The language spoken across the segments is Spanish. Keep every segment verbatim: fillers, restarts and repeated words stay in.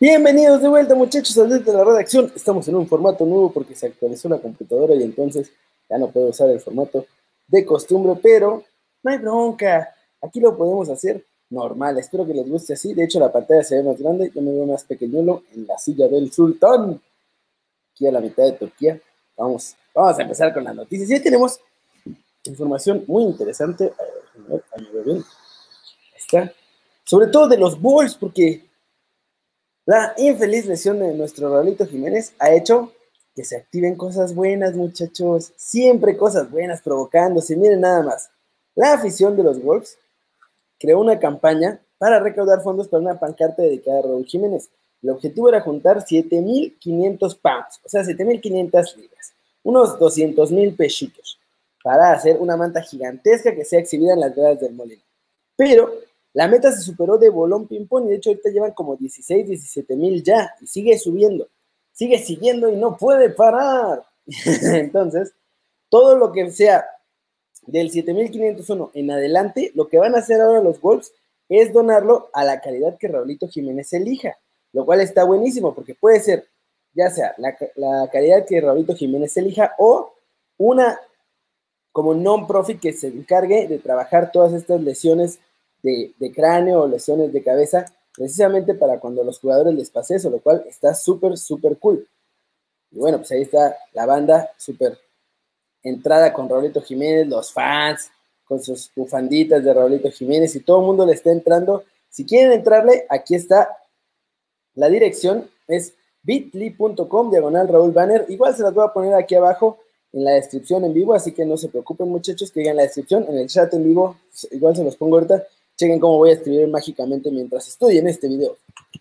Bienvenidos de vuelta, muchachos, al Desde la Redacción. Estamos en un formato nuevo porque se actualizó la computadora y entonces ya no puedo usar el formato de costumbre, pero no hay bronca. Aquí lo podemos hacer normal. Espero que les guste así. De hecho, la pantalla se ve más grande. Yo me veo más pequeñuelo en la silla del sultán. Aquí a la mitad de Turquía. Vamos, vamos a empezar con las noticias. Y tenemos información muy interesante. A ver, ahí me veo bien. Ahí está. Sobre todo de los Bulls, porque la infeliz lesión de nuestro Raulito Jiménez ha hecho que se activen cosas buenas, muchachos. Siempre cosas buenas provocándose. Miren nada más. La afición de los Wolves creó una campaña para recaudar fondos para una pancarta dedicada a Raúl Jiménez. El objetivo era juntar siete mil quinientos pounds, o sea, siete mil quinientas libras, unos doscientos mil pesitos, para hacer una manta gigantesca que sea exhibida en las gradas del Molino. Pero la meta se superó de bolón ping-pong y de hecho ahorita llevan como dieciséis, diecisiete mil ya y sigue subiendo, sigue siguiendo y no puede parar. Entonces, todo lo que sea del siete mil quinientos uno en adelante, lo que van a hacer ahora los Wolves es donarlo a la caridad que Raulito Jiménez elija, lo cual está buenísimo porque puede ser ya sea la, la caridad que Raulito Jiménez elija o una como non-profit que se encargue de trabajar todas estas lesiones de, de cráneo o lesiones de cabeza, precisamente para cuando los jugadores les pase eso, lo cual está súper, súper cool. Y bueno, pues ahí está la banda, súper entrada con Raulito Jiménez, los fans, con sus bufanditas de Raulito Jiménez, y todo el mundo le está entrando. Si quieren entrarle, aquí está la dirección, es bit.ly punto com, diagonal Raúl Banner. Igual se las voy a poner aquí abajo en la descripción en vivo, así que no se preocupen, muchachos, que digan la descripción en el chat en vivo, igual se los pongo ahorita. Chequen cómo voy a escribir mágicamente mientras estudien este video.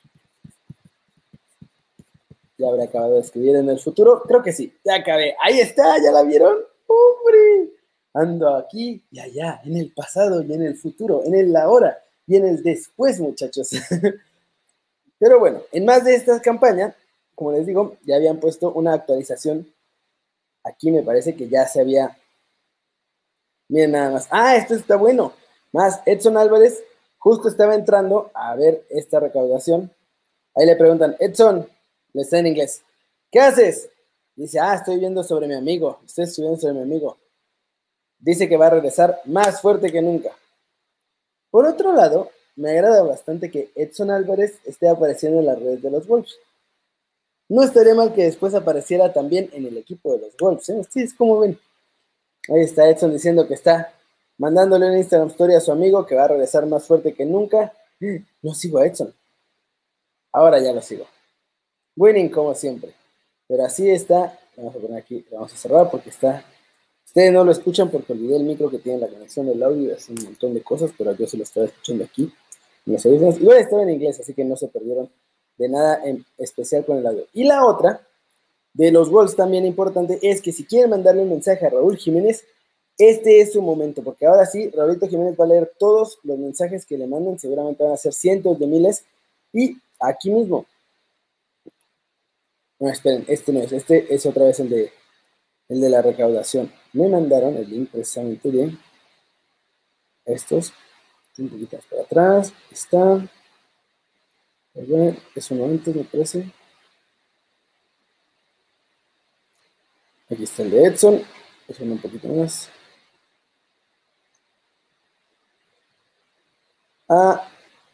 Ya habré acabado de escribir en el futuro, creo que sí, ya acabé. Ahí está, ¿ya la vieron? ¡Hombre! Ando aquí y allá, en el pasado y en el futuro, en el ahora y en el después, muchachos. Pero bueno, en más de esta campaña, como les digo, ya habían puesto una actualización. Aquí me parece que ya se había... Miren nada más. Ah, esto está bueno. Más, Edson Álvarez justo estaba entrando a ver esta recaudación. Ahí le preguntan, Edson, le está en inglés, ¿qué haces? Dice, ah, estoy viendo sobre mi amigo, estoy estudiando sobre mi amigo. Dice que va a regresar más fuerte que nunca. Por otro lado, me agrada bastante que Edson Álvarez esté apareciendo en las redes de los Wolves. No estaría mal que después apareciera también en el equipo de los Wolves, ¿eh? Ustedes cómo ven. Ahí está Edson diciendo que está mandándole una Instagram story a su amigo que va a regresar más fuerte que nunca. No sigo a Edson. Ahora ya lo sigo. Winning como siempre. Pero así está. Vamos a poner aquí, vamos a cerrar porque está. Ustedes no lo escuchan porque olvidé el micro que tiene la conexión del audio y hace un montón de cosas, pero yo se lo estaba escuchando aquí en los audífonos. Igual estaba en inglés, así que no se perdieron de nada en especial con el audio. Y la otra de los Wolves también importante es que si quieren mandarle un mensaje a Raúl Jiménez, este es su momento, porque ahora sí, Raulito Jiménez va a leer todos los mensajes que le manden, seguramente van a ser cientos de miles, y aquí mismo. No, esperen, este no es, este es otra vez el de, el de la recaudación. Me mandaron el link precisamente de estos, un poquito más para atrás, está, a ver, es uno antes me parece. Aquí está el de Edson, es uno un poquito más. Ah,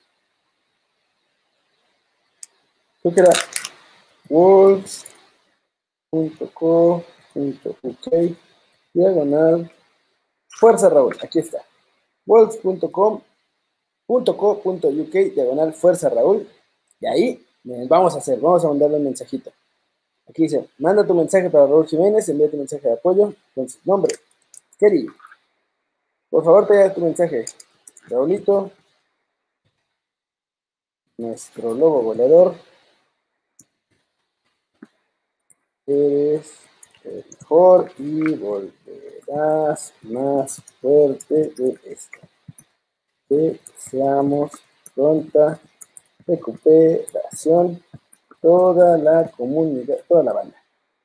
creo que era wolves punto co punto u k diagonal Fuerza Raúl, aquí está. wolves punto com punto co punto u k diagonal Fuerza Raúl. Y ahí vamos a hacer, vamos a mandarle un mensajito. Aquí dice, manda tu mensaje para Raúl Jiménez, envía tu mensaje de apoyo con su nombre. Kerry, por favor, pega tu mensaje. Raulito, nuestro lobo goleador. Eres el mejor y volverás más fuerte de esta. Te deseamos pronta recuperación, toda la comunidad, toda la banda.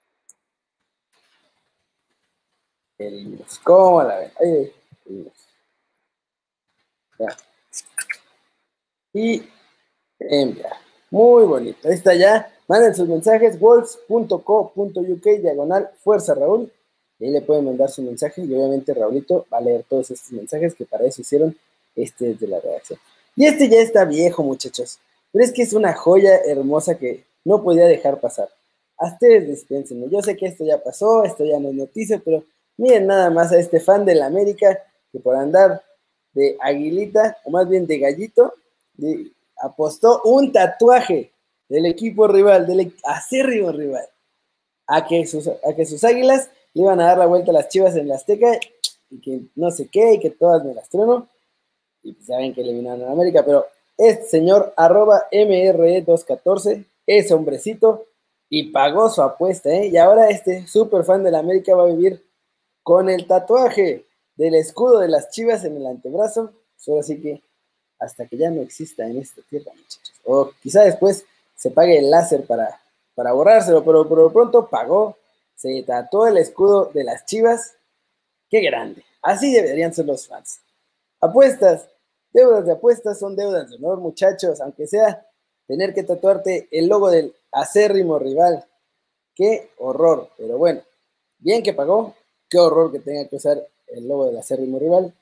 El ¿cómo la ven? Ahí, ahí, ya. Y enviar. Muy bonito. Ahí está ya. Manden sus mensajes, wolves punto co punto uk, diagonal, fuerza Raúl. Y ahí le pueden mandar su mensaje y obviamente Raulito va a leer todos estos mensajes que para eso hicieron este de la redacción. Y este ya está viejo, muchachos. Pero es que es una joya hermosa que no podía dejar pasar. A ustedes dispénsenme. Yo sé que esto ya pasó, esto ya no es noticia, pero miren nada más a este fan del América que por andar de aguilita, o más bien de gallito, de, apostó un tatuaje del equipo rival, del acérrimo rival, a que, sus, a que sus águilas le iban a dar la vuelta a las Chivas en la Azteca, y que no sé qué, y que todas me las trueno, y pues saben que eliminaron a América, pero este señor, arroba M R E doscientos catorce, es hombrecito, y pagó su apuesta, ¿eh? Y ahora este súper fan de la América va a vivir con el tatuaje del escudo de las Chivas en el antebrazo, pues ahora sí que hasta que ya no exista en esta tierra, muchachos. O quizá después se pague el láser para, para borrárselo, pero por lo pronto pagó, se tatuó el escudo de las Chivas. ¡Qué grande! Así deberían ser los fans. Apuestas, deudas de apuestas son deudas de honor, muchachos, aunque sea tener que tatuarte el logo del acérrimo rival. ¡Qué horror! Pero bueno, bien que pagó, qué horror que tenga que usar el logo del acérrimo rival.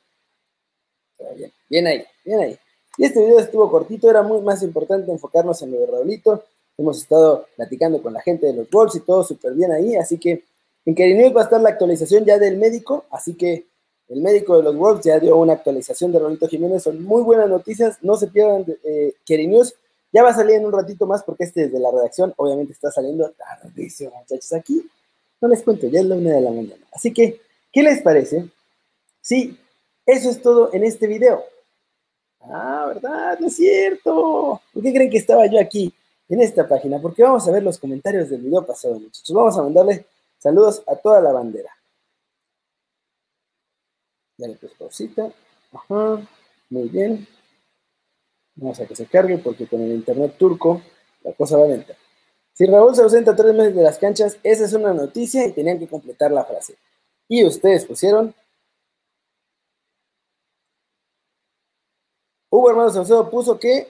Pero bien, bien ahí, bien ahí. Y este video estuvo cortito, era muy más importante enfocarnos en lo de Raulito. Hemos estado platicando con la gente de los Wolves y todo súper bien ahí, así que en Kerinews va a estar la actualización ya del médico, así que el médico de los Wolves ya dio una actualización de Raulito Jiménez, son muy buenas noticias, no se pierdan eh, Kerinews, ya va a salir en un ratito más porque este desde la redacción obviamente está saliendo tardísimo, muchachos, aquí no les cuento, ya es la una de la mañana, así que, ¿qué les parece? Sí, eso es todo en este video. Ah, ¿verdad? No es cierto. ¿Por qué creen que estaba yo aquí, en esta página? Porque vamos a ver los comentarios del video pasado, muchachos. Vamos a mandarle saludos a toda la bandera. Ya le puse pausita. Ajá, muy bien. Vamos a que se cargue porque con el internet turco la cosa va lenta. Si Raúl se ausenta tres meses de las canchas, esa es una noticia y tenían que completar la frase. Y ustedes pusieron... Hugo Hermano Saucedo puso que...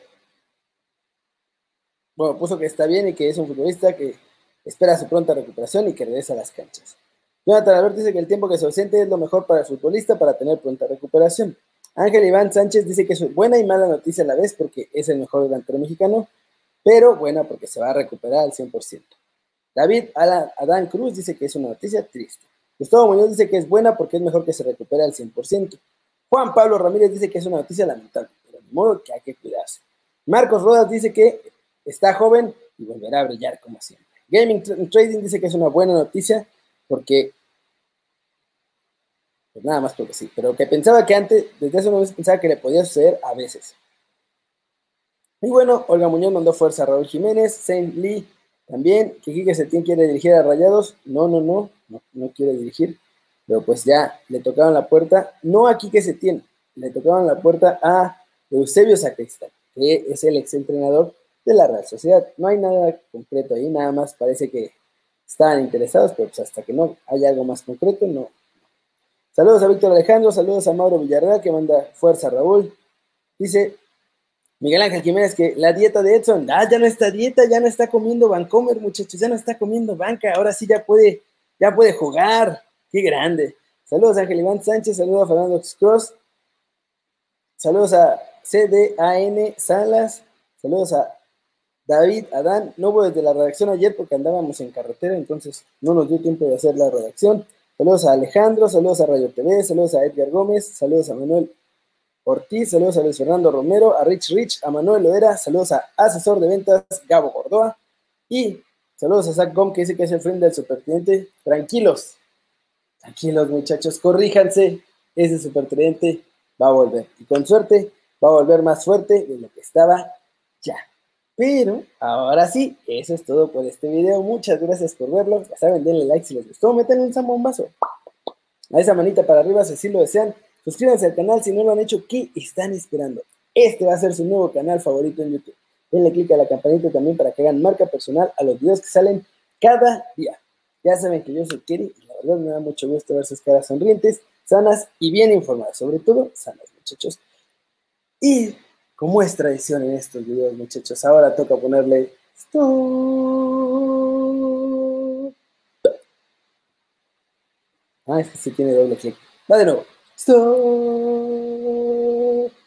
Bueno, puso que está bien y que es un futbolista que espera su pronta recuperación y que regresa a las canchas. Jonathan Albert dice que el tiempo que se ausente es lo mejor para el futbolista para tener pronta recuperación. Ángel Iván Sánchez dice que es buena y mala noticia a la vez porque es el mejor delantero mexicano, pero buena porque se va a recuperar al cien por ciento. David Alan, Adán Cruz dice que es una noticia triste. Gustavo Muñoz dice que es buena porque es mejor que se recupere al cien por ciento. Juan Pablo Ramírez dice que es una noticia lamentable, pero de modo que hay que cuidarse. Marcos Rodas dice que está joven y volverá a brillar como siempre. Gaming Trading dice que es una buena noticia porque, pues nada más porque sí, pero que pensaba que antes, desde hace unos meses pensaba que le podía suceder a veces. Y bueno, Olga Muñoz mandó fuerza a Raúl Jiménez, Saint Lee también, que Quique Setién quiere dirigir a Rayados, no, no, no, no, no quiere dirigir, pero pues ya le tocaron la puerta, no a Quique Setién, le tocaron la puerta a Eusebio Sacristán, que es el exentrenador de la Real Sociedad. No hay nada concreto ahí, nada más parece que estaban interesados, pero pues hasta que no haya algo más concreto, no. Saludos a Víctor Alejandro, saludos a Mauro Villarreal, que manda fuerza a Raúl. Dice Miguel Ángel Jiménez que la dieta de Edson, ah, ya no está dieta, ya no está comiendo Vancomer, muchachos, ya no está comiendo banca, ahora sí ya puede, ya puede jugar, qué grande. Saludos a Ángel Iván Sánchez, saludos a Fernando Cross, saludos a C D A N Salas, saludos a David Adán, no hubo desde la redacción ayer porque andábamos en carretera, entonces no nos dio tiempo de hacer la redacción. Saludos a Alejandro, saludos a Radio T V, saludos a Edgar Gómez, saludos a Manuel Ortiz, saludos a Luis Fernando Romero, a Rich Rich, a Manuel Loera, saludos a Asesor de Ventas Gabo Gordoa y saludos a Zach Gom que dice que es el friend del superteniente. Tranquilos, tranquilos muchachos, corríjanse, ese superteniente va a volver y con suerte va a volver más fuerte de lo que estaba ya. Pero ahora sí, eso es todo por este video. Muchas gracias por verlo. Ya saben, denle like si les gustó. Métanle un zambombazo a esa manita para arriba si así lo desean. Suscríbanse al canal si no lo han hecho. ¿Qué están esperando? Este va a ser su nuevo canal favorito en YouTube. Denle click a la campanita también para que hagan marca personal a los videos que salen cada día. Ya saben que yo soy Keri y la verdad me da mucho gusto ver sus caras sonrientes, sanas y bien informadas. Sobre todo, sanas, muchachos. Y como es tradición en estos videos, muchachos. Ahora toca ponerle stop. Ah, es que se tiene doble clic. Va de nuevo. Stop.